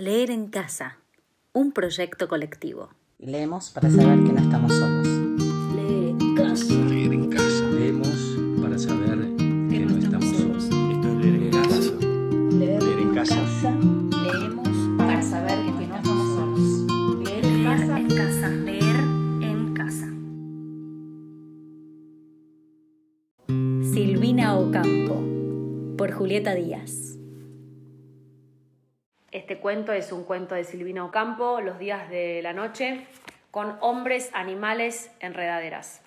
Leer en casa, un proyecto colectivo. Leemos para saber que no estamos solos. Leer en casa. Leer en casa. Leemos para saber que no estamos solos. Esto es leer en casa. Leer en casa. Leemos para saber que no estamos solos. Leer en casa. En casa. Leer en casa. Silvina Ocampo, por Julieta Díaz. Este cuento es un cuento de Silvina Ocampo, Los días de la noche, con hombres, animales, enredaderas.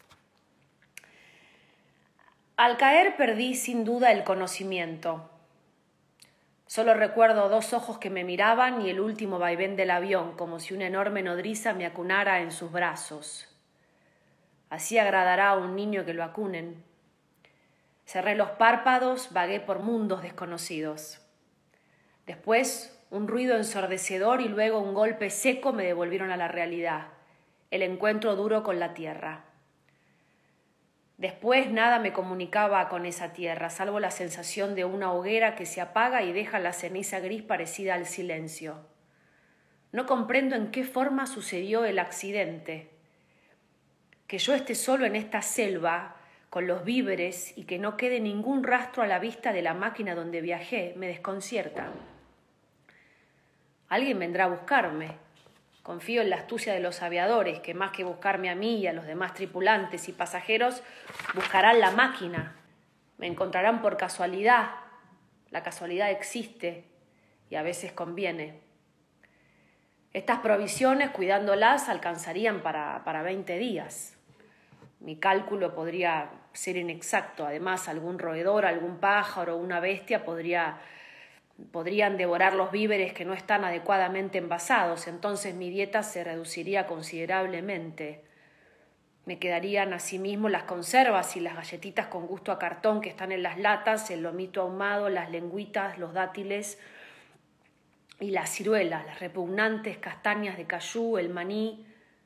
Al caer perdí sin duda el conocimiento. Solo recuerdo 2 ojos que me miraban y el último vaivén del avión, como si una enorme nodriza me acunara en sus brazos. Así agradará a un niño que lo acunen. Cerré los párpados, vagué por mundos desconocidos. Después, un ruido ensordecedor y luego un golpe seco me devolvieron a la realidad, el encuentro duro con la tierra. Después nada me comunicaba con esa tierra, salvo la sensación de una hoguera que se apaga y deja la ceniza gris parecida al silencio. No comprendo en qué forma sucedió el accidente. Que yo esté solo en esta selva, con los víveres, y que no quede ningún rastro a la vista de la máquina donde viajé, me desconcierta. Alguien vendrá a buscarme. Confío en la astucia de los aviadores, que más que buscarme a mí y a los demás tripulantes y pasajeros, buscarán la máquina. Me encontrarán por casualidad. La casualidad existe y a veces conviene. Estas provisiones, cuidándolas, alcanzarían para 20 días. Mi cálculo podría ser inexacto. Además, algún roedor, algún pájaro o una bestia podrían devorar los víveres que no están adecuadamente envasados. Entonces mi dieta se reduciría considerablemente. Me quedarían asimismo las conservas y las galletitas con gusto a cartón que están en las latas, el lomito ahumado, las lengüitas, los dátiles y las ciruelas, las repugnantes castañas de cayú, el maní.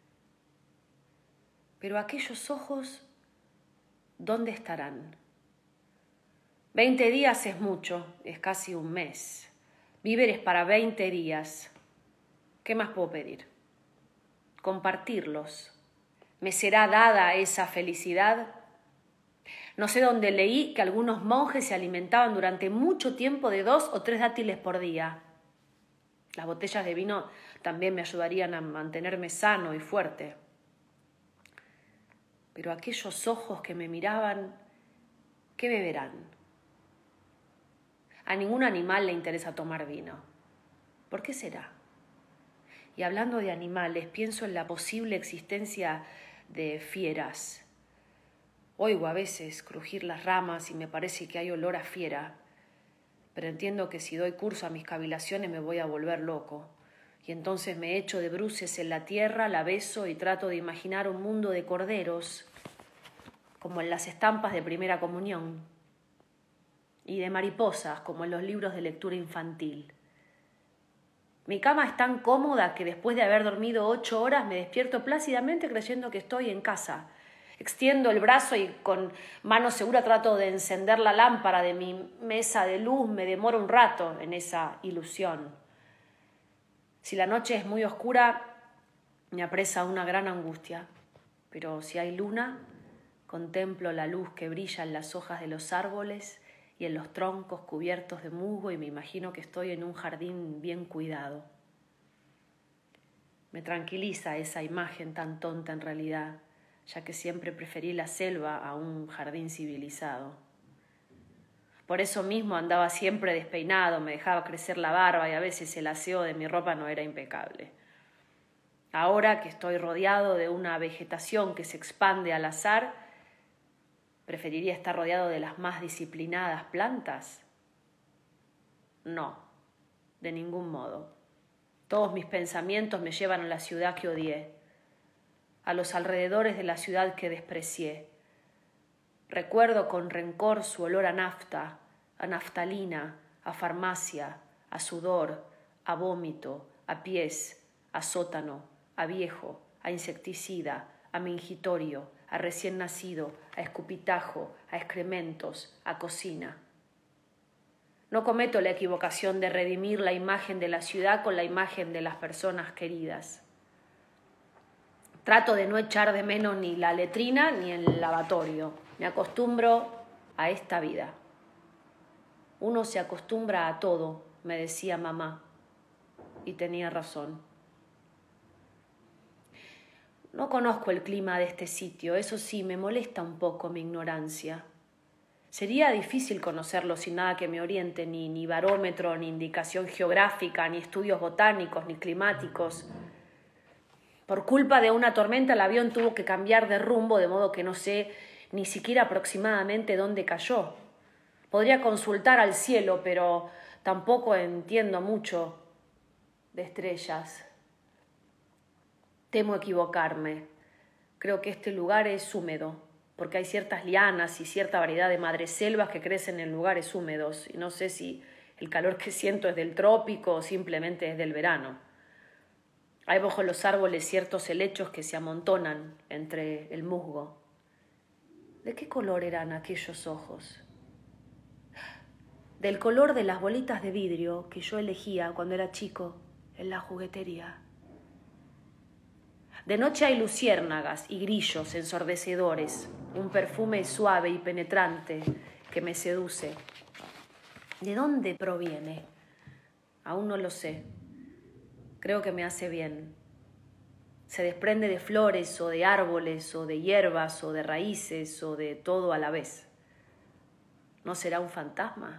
Pero aquellos ojos, ¿dónde estarán? 20 días es mucho, es casi un mes. Víveres para 20 días. ¿Qué más puedo pedir? Compartirlos. ¿Me será dada esa felicidad? No sé dónde leí que algunos monjes se alimentaban durante mucho tiempo de 2 o 3 dátiles por día. Las botellas de vino también me ayudarían a mantenerme sano y fuerte. Pero aquellos ojos que me miraban, ¿qué beberán? A ningún animal le interesa tomar vino. ¿Por qué será? Y hablando de animales, pienso en la posible existencia de fieras. Oigo a veces crujir las ramas y me parece que hay olor a fiera, pero entiendo que si doy curso a mis cavilaciones me voy a volver loco. Y entonces me echo de bruces en la tierra, la beso y trato de imaginar un mundo de corderos, como en las estampas de primera comunión, y de mariposas, como en los libros de lectura infantil. Mi cama es tan cómoda que después de haber dormido 8 horas me despierto plácidamente creyendo que estoy en casa. Extiendo el brazo y con mano segura trato de encender la lámpara de mi mesa de luz. Me demoro un rato en esa ilusión. Si la noche es muy oscura, me apresa una gran angustia. Pero si hay luna, contemplo la luz que brilla en las hojas de los árboles y en los troncos cubiertos de musgo y me imagino que estoy en un jardín bien cuidado. Me tranquiliza esa imagen tan tonta en realidad, ya que siempre preferí la selva a un jardín civilizado. Por eso mismo andaba siempre despeinado, me dejaba crecer la barba y a veces el aseo de mi ropa no era impecable. Ahora que estoy rodeado de una vegetación que se expande al azar, ¿preferiría estar rodeado de las más disciplinadas plantas? No, de ningún modo. Todos mis pensamientos me llevan a la ciudad que odié, a los alrededores de la ciudad que desprecié. Recuerdo con rencor su olor a nafta, a naftalina, a farmacia, a sudor, a vómito, a pies, a sótano, a viejo, a insecticida, a mingitorio, a recién nacido, a escupitajo, a excrementos, a cocina. No cometo la equivocación de redimir la imagen de la ciudad con la imagen de las personas queridas. Trato de no echar de menos ni la letrina ni el lavatorio. Me acostumbro a esta vida. Uno se acostumbra a todo, me decía mamá, y tenía razón. No conozco el clima de este sitio, eso sí, me molesta un poco mi ignorancia. Sería difícil conocerlo sin nada que me oriente, ni barómetro, ni indicación geográfica, ni estudios botánicos, ni climáticos. Por culpa de una tormenta el avión tuvo que cambiar de rumbo, de modo que no sé ni siquiera aproximadamente dónde cayó. Podría consultar al cielo, pero tampoco entiendo mucho de estrellas. Temo equivocarme. Creo que este lugar es húmedo, porque hay ciertas lianas y cierta variedad de madreselvas que crecen en lugares húmedos, y no sé si el calor que siento es del trópico o simplemente es del verano. Hay bajo los árboles ciertos helechos que se amontonan entre el musgo. ¿De qué color eran aquellos ojos? Del color de las bolitas de vidrio que yo elegía cuando era chico en la juguetería. De noche hay luciérnagas y grillos ensordecedores, un perfume suave y penetrante que me seduce. ¿De dónde proviene? Aún no lo sé. Creo que me hace bien. Se desprende de flores o de árboles o de hierbas o de raíces o de todo a la vez. ¿No será un fantasma?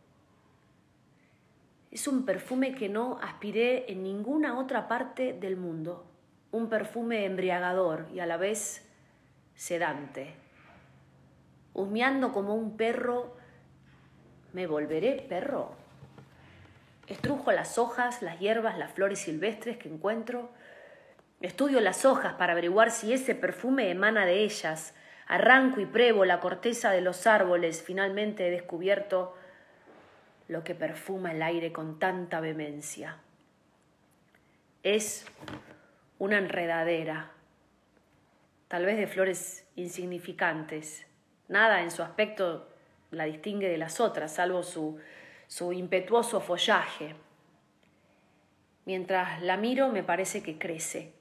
Es un perfume que no aspiré en ninguna otra parte del mundo. Un perfume embriagador y a la vez sedante. Husmeando como un perro, ¿me volveré perro? Estrujo las hojas, las hierbas, las flores silvestres que encuentro. Estudio las hojas para averiguar si ese perfume emana de ellas. Arranco y pruebo la corteza de los árboles. Finalmente he descubierto lo que perfuma el aire con tanta vehemencia. Es una enredadera, tal vez de flores insignificantes. Nada en su aspecto la distingue de las otras, salvo su impetuoso follaje. Mientras la miro me parece que crece.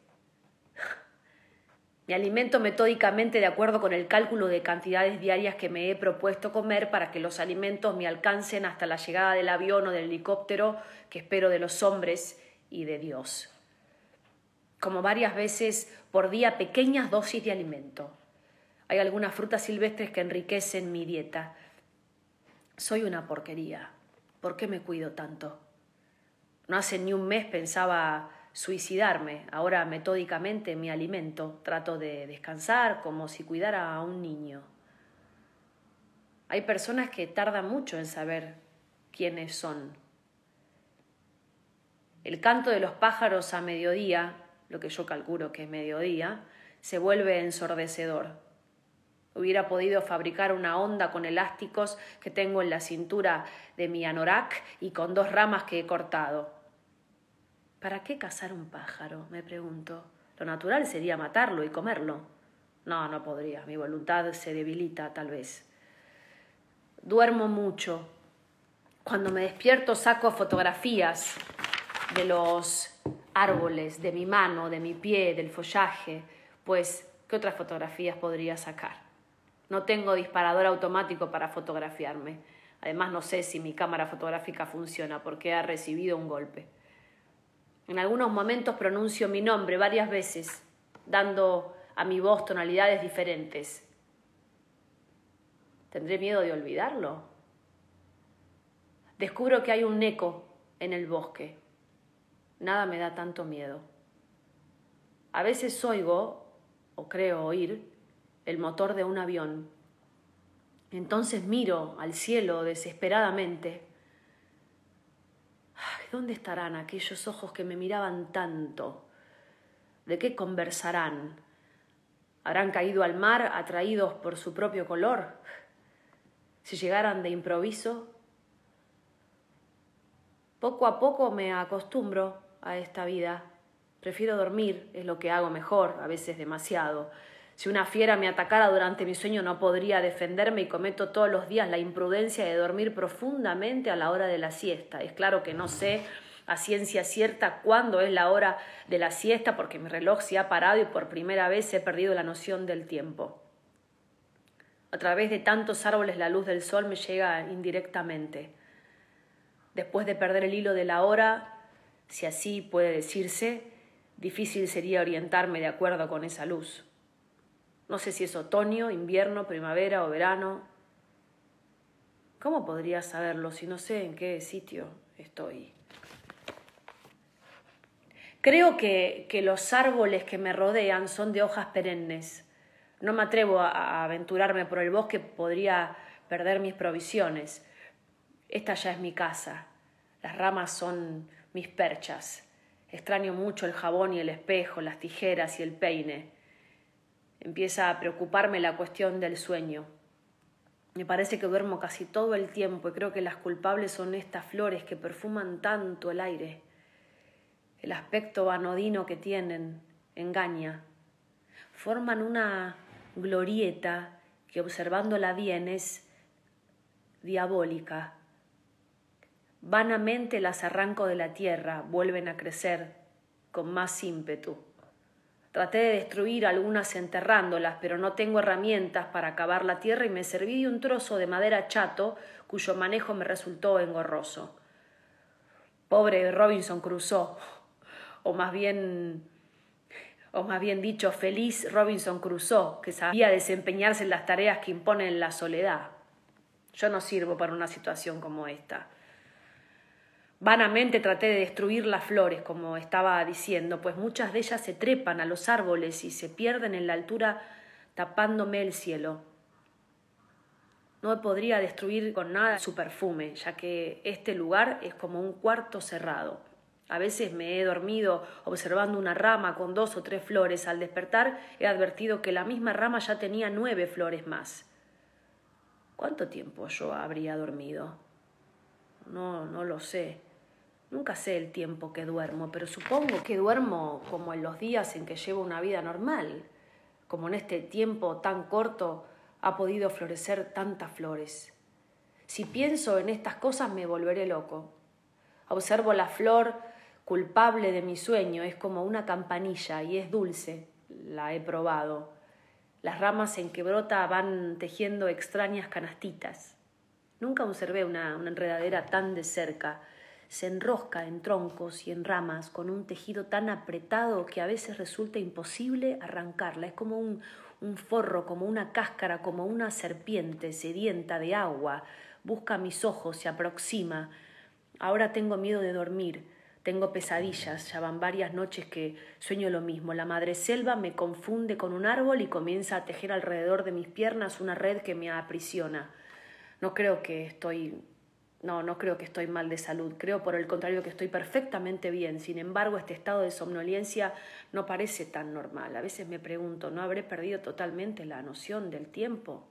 Me alimento metódicamente de acuerdo con el cálculo de cantidades diarias que me he propuesto comer para que los alimentos me alcancen hasta la llegada del avión o del helicóptero que espero de los hombres y de Dios. Como varias veces por día pequeñas dosis de alimento. Hay algunas frutas silvestres que enriquecen mi dieta. Soy una porquería. ¿Por qué me cuido tanto? No hace ni un mes pensaba suicidarme. Ahora metódicamente me alimento. Trato de descansar como si cuidara a un niño. Hay personas que tardan mucho en saber quiénes son. El canto de los pájaros a mediodía, lo que yo calculo que es mediodía, se vuelve ensordecedor. Hubiera podido fabricar una onda con elásticos que tengo en la cintura de mi anorak y con 2 ramas que he cortado. ¿Para qué cazar un pájaro?, me pregunto. Lo natural sería matarlo y comerlo. No podría. Mi voluntad se debilita, tal vez. Duermo mucho. Cuando me despierto saco fotografías de los árboles, de mi mano, de mi pie, del follaje. Pues, ¿qué otras fotografías podría sacar? No tengo disparador automático para fotografiarme. Además, no sé si mi cámara fotográfica funciona porque ha recibido un golpe. En algunos momentos pronuncio mi nombre varias veces, dando a mi voz tonalidades diferentes. ¿Tendré miedo de olvidarlo? Descubro que hay un eco en el bosque. Nada me da tanto miedo. A veces oigo, o creo oír, el motor de un avión. Entonces miro al cielo desesperadamente. Ay, ¿dónde estarán aquellos ojos que me miraban tanto? ¿De qué conversarán? ¿Habrán caído al mar atraídos por su propio color? Si llegaran de improviso. Poco a poco me acostumbro a esta vida. Prefiero dormir, es lo que hago mejor, a veces demasiado. Si una fiera me atacara durante mi sueño no podría defenderme y cometo todos los días la imprudencia de dormir profundamente a la hora de la siesta. Es claro que no sé a ciencia cierta cuándo es la hora de la siesta porque mi reloj se ha parado y por primera vez he perdido la noción del tiempo. A través de tantos árboles la luz del sol me llega indirectamente. Después de perder el hilo de la hora, si así puede decirse, difícil sería orientarme de acuerdo con esa luz. No sé si es otoño, invierno, primavera o verano. ¿Cómo podría saberlo si no sé en qué sitio estoy? Creo que los árboles que me rodean son de hojas perennes. No me atrevo a aventurarme por el bosque, podría perder mis provisiones. Esta ya es mi casa. Las ramas son mis perchas. Extraño mucho el jabón y el espejo, las tijeras y el peine. Empieza a preocuparme la cuestión del sueño. Me parece que duermo casi todo el tiempo y creo que las culpables son estas flores que perfuman tanto el aire. El aspecto anodino que tienen engaña. Forman una glorieta que observándola bien es diabólica. Vanamente las arranco de la tierra, vuelven a crecer con más ímpetu. Traté de destruir algunas enterrándolas, pero no tengo herramientas para cavar la tierra y me serví de un trozo de madera chato cuyo manejo me resultó engorroso. Pobre Robinson Crusoe, o más bien dicho, feliz Robinson Crusoe, que sabía desempeñarse en las tareas que imponen la soledad. Yo no sirvo para una situación como esta. Vanamente traté de destruir las flores, como estaba diciendo, pues muchas de ellas se trepan a los árboles y se pierden en la altura tapándome el cielo. No podría destruir con nada su perfume, ya que este lugar es como un cuarto cerrado. A veces me he dormido observando una rama con 2 o 3 flores. Al despertar he advertido que la misma rama ya tenía 9 flores más. ¿Cuánto tiempo yo habría dormido? No lo sé. Nunca sé el tiempo que duermo, pero supongo que duermo como en los días en que llevo una vida normal. Como en este tiempo tan corto ha podido florecer tantas flores. Si pienso en estas cosas me volveré loco. Observo la flor culpable de mi sueño, es como una campanilla y es dulce, la he probado. Las ramas en que brota van tejiendo extrañas canastitas. Nunca observé una enredadera tan de cerca. Se enrosca en troncos y en ramas con un tejido tan apretado que a veces resulta imposible arrancarla. Es como un forro, como una cáscara, como una serpiente sedienta de agua. Busca mis ojos, se aproxima. Ahora tengo miedo de dormir. Tengo pesadillas, ya van varias noches que sueño lo mismo. La madreselva me confunde con un árbol y comienza a tejer alrededor de mis piernas una red que me aprisiona. No creo que estoy mal de salud. Creo, por el contrario, que estoy perfectamente bien. Sin embargo, este estado de somnolencia no parece tan normal. A veces me pregunto, ¿no habré perdido totalmente la noción del tiempo?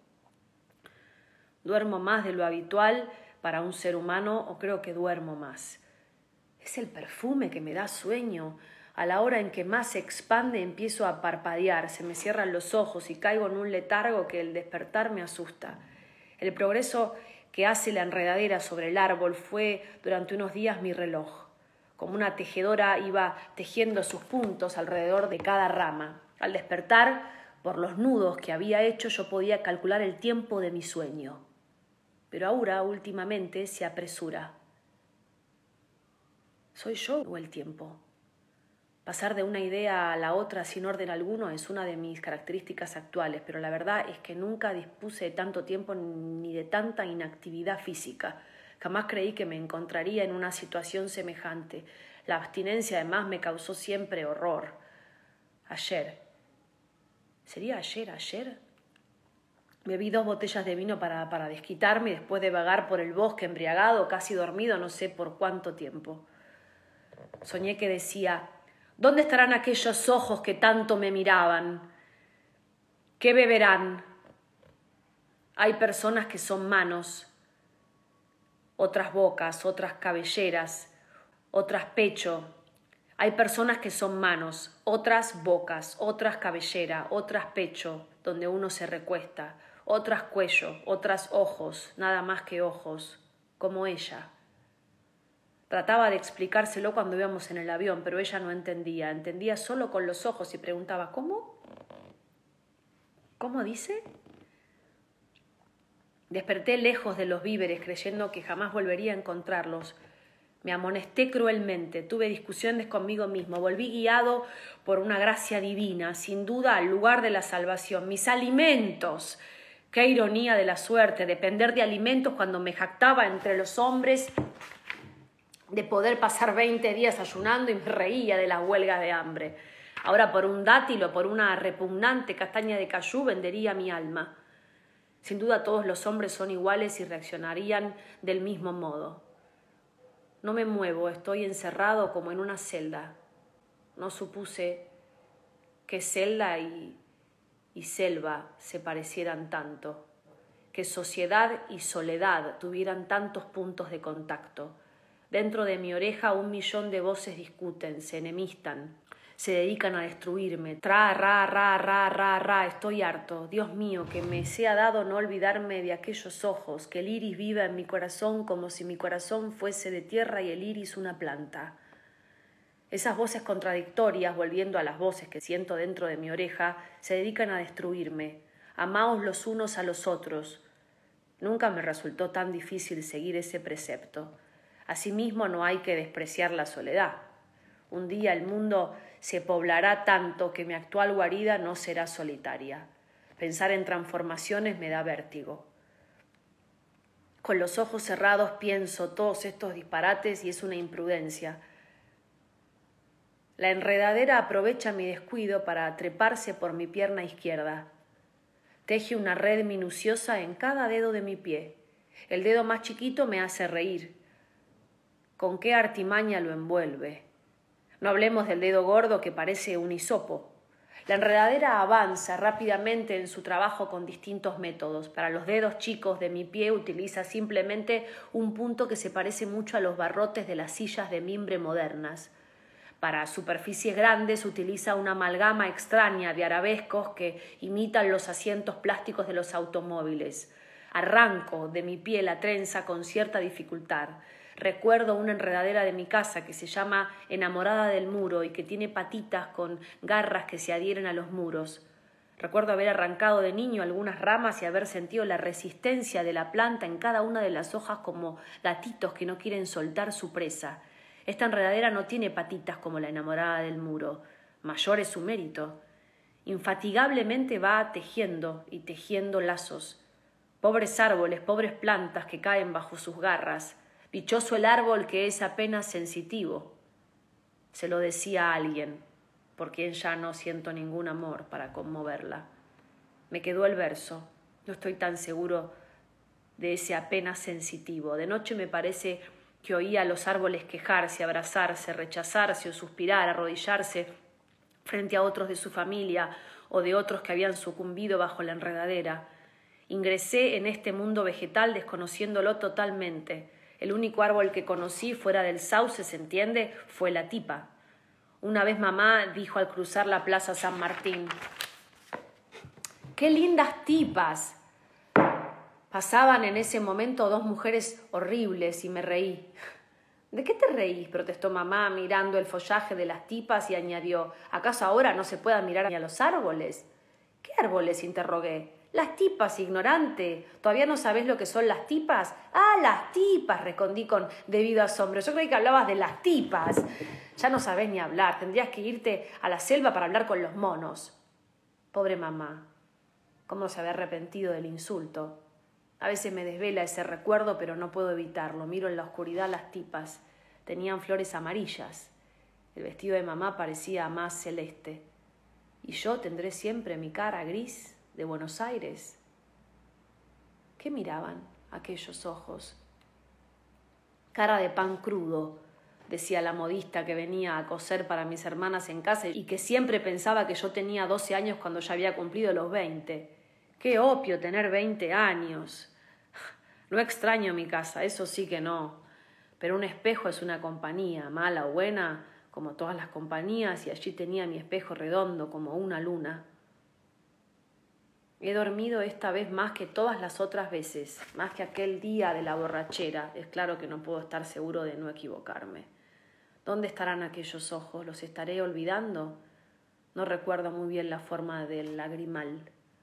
¿Duermo más de lo habitual para un ser humano o creo que duermo más? Es el perfume que me da sueño. A la hora en que más se expande empiezo a parpadear, se me cierran los ojos y caigo en un letargo que el despertar me asusta. El progreso que hace la enredadera sobre el árbol fue durante unos días mi reloj. Como una tejedora iba tejiendo sus puntos alrededor de cada rama. Al despertar, por los nudos que había hecho, yo podía calcular el tiempo de mi sueño. Pero ahora, últimamente, se apresura. ¿Soy yo o el tiempo? Pasar de una idea a la otra sin orden alguno es una de mis características actuales, pero la verdad es que nunca dispuse de tanto tiempo ni de tanta inactividad física. Jamás creí que me encontraría en una situación semejante. La abstinencia además me causó siempre horror. Ayer. ¿Sería ayer? Bebí 2 botellas de vino para desquitarme y después de vagar por el bosque embriagado, casi dormido, no sé por cuánto tiempo. Soñé que decía: ¿dónde estarán aquellos ojos que tanto me miraban? ¿Qué beberán? Hay personas que son manos, otras bocas, otras cabelleras, otras pecho. Hay personas que son manos, otras bocas, otras cabellera, otras pecho, donde uno se recuesta, otras cuello, otras ojos, nada más que ojos, como ella. Trataba de explicárselo cuando íbamos en el avión, pero ella no entendía. Entendía solo con los ojos y preguntaba, ¿cómo? ¿Cómo dice? Desperté lejos de los víveres, creyendo que jamás volvería a encontrarlos. Me amonesté cruelmente, tuve discusiones conmigo mismo, volví guiado por una gracia divina, sin duda al lugar de la salvación. Mis alimentos. Qué ironía de la suerte, depender de alimentos cuando me jactaba entre los hombres de poder pasar 20 días ayunando y me reía de las huelgas de hambre. Ahora por un dátil o por una repugnante castaña de cayú vendería mi alma. Sin duda todos los hombres son iguales y reaccionarían del mismo modo. No me muevo, estoy encerrado como en una celda. No supuse que celda y selva se parecieran tanto, que sociedad y soledad tuvieran tantos puntos de contacto. Dentro de mi oreja 1.000.000 de voces discuten, se enemistan, se dedican a destruirme. Tra, ra, ra, ra, ra, ra, estoy harto. Dios mío, que me sea dado no olvidarme de aquellos ojos, que el iris viva en mi corazón como si mi corazón fuese de tierra y el iris una planta. Esas voces contradictorias, volviendo a las voces que siento dentro de mi oreja, se dedican a destruirme. Amaos los unos a los otros. Nunca me resultó tan difícil seguir ese precepto. Asimismo, no hay que despreciar la soledad. Un día el mundo se poblará tanto que mi actual guarida no será solitaria. Pensar en transformaciones me da vértigo. Con los ojos cerrados pienso todos estos disparates y es una imprudencia. La enredadera aprovecha mi descuido para treparse por mi pierna izquierda. Teje una red minuciosa en cada dedo de mi pie. El dedo más chiquito me hace reír. ¿Con qué artimaña lo envuelve? No hablemos del dedo gordo que parece un hisopo. La enredadera avanza rápidamente en su trabajo con distintos métodos. Para los dedos chicos de mi pie utiliza simplemente un punto que se parece mucho a los barrotes de las sillas de mimbre modernas. Para superficies grandes utiliza una amalgama extraña de arabescos que imitan los asientos plásticos de los automóviles. Arranco de mi pie la trenza con cierta dificultad. Recuerdo una enredadera de mi casa que se llama Enamorada del Muro y que tiene patitas con garras que se adhieren a los muros. Recuerdo haber arrancado de niño algunas ramas y haber sentido la resistencia de la planta en cada una de las hojas como gatitos que no quieren soltar su presa. Esta enredadera no tiene patitas como la Enamorada del Muro. Mayor es su mérito. Infatigablemente va tejiendo y tejiendo lazos. Pobres árboles, pobres plantas que caen bajo sus garras. Dichoso el árbol que es apenas sensitivo. Se lo decía a alguien, por quien ya no siento ningún amor para conmoverla. Me quedó el verso. No estoy tan seguro de ese apenas sensitivo. De noche me parece que oía a los árboles quejarse, abrazarse, rechazarse o suspirar, arrodillarse frente a otros de su familia o de otros que habían sucumbido bajo la enredadera. Ingresé en este mundo vegetal desconociéndolo totalmente. El único árbol que conocí fuera del sauce, ¿se entiende?, fue la tipa. Una vez mamá dijo al cruzar la Plaza San Martín: ¡qué lindas tipas! Pasaban en ese momento dos mujeres horribles y me reí. ¿De qué te reís?, protestó mamá mirando el follaje de las tipas y añadió: ¿acaso ahora no se pueda mirar ni a los árboles? ¿Qué árboles?, interrogué. Las tipas, ignorante. ¿Todavía no sabés lo que son las tipas? Ah, las tipas, respondí con debido asombro. Yo creí que hablabas de las tipas. Ya no sabés ni hablar. Tendrías que irte a la selva para hablar con los monos. Pobre mamá. ¿Cómo se había arrepentido del insulto? A veces me desvela ese recuerdo, pero no puedo evitarlo. Miro en la oscuridad las tipas. Tenían flores amarillas. El vestido de mamá parecía más celeste. Y yo tendré siempre mi cara gris de Buenos Aires. ¿Qué miraban aquellos ojos? Cara de pan crudo, decía la modista que venía a coser para mis hermanas en casa y que siempre pensaba que yo tenía 12 años cuando ya había cumplido los 20. ¡Qué opio tener 20 años! No extraño mi casa, eso sí que no. Pero un espejo es una compañía, mala o buena, como todas las compañías, y allí tenía mi espejo redondo como una luna. He dormido esta vez más que todas las otras veces, más que aquel día de la borrachera. Es claro que no puedo estar seguro de no equivocarme. ¿Dónde estarán aquellos ojos? ¿Los estaré olvidando? No recuerdo muy bien la forma del lagrimal.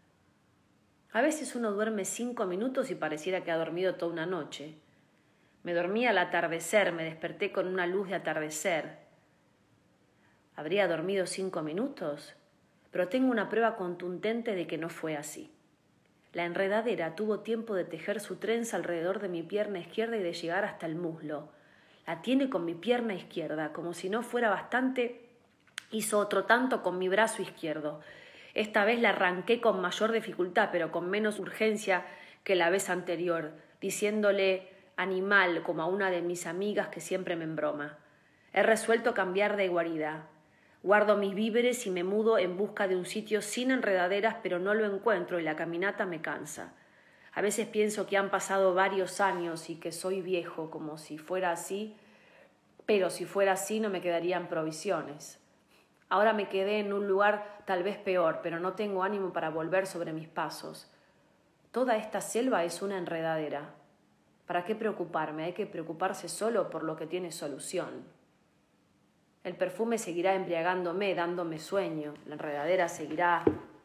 A veces uno duerme 5 minutos y pareciera que ha dormido toda una noche. Me dormí al atardecer, me desperté con una luz de atardecer. ¿Habría dormido 5 minutos? Pero tengo una prueba contundente de que no fue así. La enredadera tuvo tiempo de tejer su trenza alrededor de mi pierna izquierda y de llegar hasta el muslo. La tiene con mi pierna izquierda, como si no fuera bastante, hizo otro tanto con mi brazo izquierdo. Esta vez la arranqué con mayor dificultad, pero con menos urgencia que la vez anterior, diciéndole animal como a una de mis amigas que siempre me embroma. He resuelto cambiar de guarida. Guardo mis víveres y me mudo en busca de un sitio sin enredaderas, pero no lo encuentro y la caminata me cansa. A veces pienso que han pasado varios años y que soy viejo, como si fuera así, pero si fuera así no me quedarían provisiones. Ahora me quedé en un lugar tal vez peor, pero no tengo ánimo para volver sobre mis pasos. Toda esta selva es una enredadera. ¿Para qué preocuparme? Hay que preocuparse solo por lo que tiene solución. El perfume seguirá embriagándome, dándome sueño. La enredadera seguirá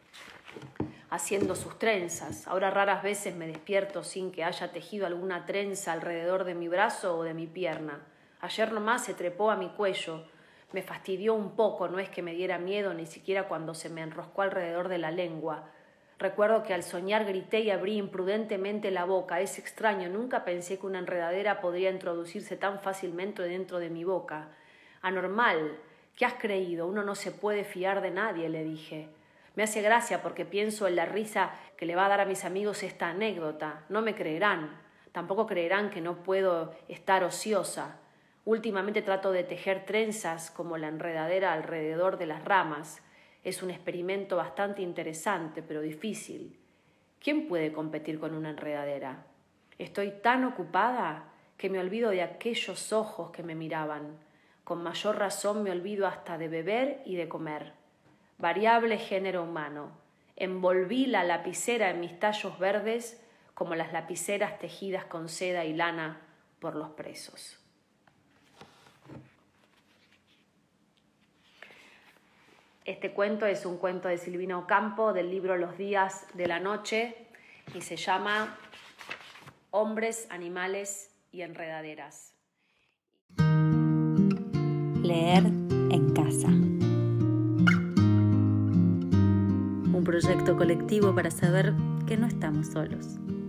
haciendo sus trenzas. Ahora raras veces me despierto sin que haya tejido alguna trenza alrededor de mi brazo o de mi pierna. Ayer nomás se trepó a mi cuello. Me fastidió un poco, no es que me diera miedo ni siquiera cuando se me enroscó alrededor de la lengua. Recuerdo que al soñar grité y abrí imprudentemente la boca. Es extraño, nunca pensé que una enredadera podría introducirse tan fácilmente dentro de mi boca. Anormal, ¿qué has creído? Uno no se puede fiar de nadie, le dije. Me hace gracia porque pienso en la risa que le va a dar a mis amigos esta anécdota. No me creerán, tampoco creerán que no puedo estar ociosa. Últimamente trato de tejer trenzas como la enredadera alrededor de las ramas. Es un experimento bastante interesante, pero difícil. ¿Quién puede competir con una enredadera? Estoy tan ocupada que me olvido de aquellos ojos que me miraban. Con mayor razón me olvido hasta de beber y de comer. Variable género humano. Envolví la lapicera en mis tallos verdes como las lapiceras tejidas con seda y lana por los presos. Este cuento es un cuento de Silvina Ocampo del libro Los días de la noche y se llama Hombres, animales y enredaderas. Leer en casa. Un proyecto colectivo para saber que no estamos solos.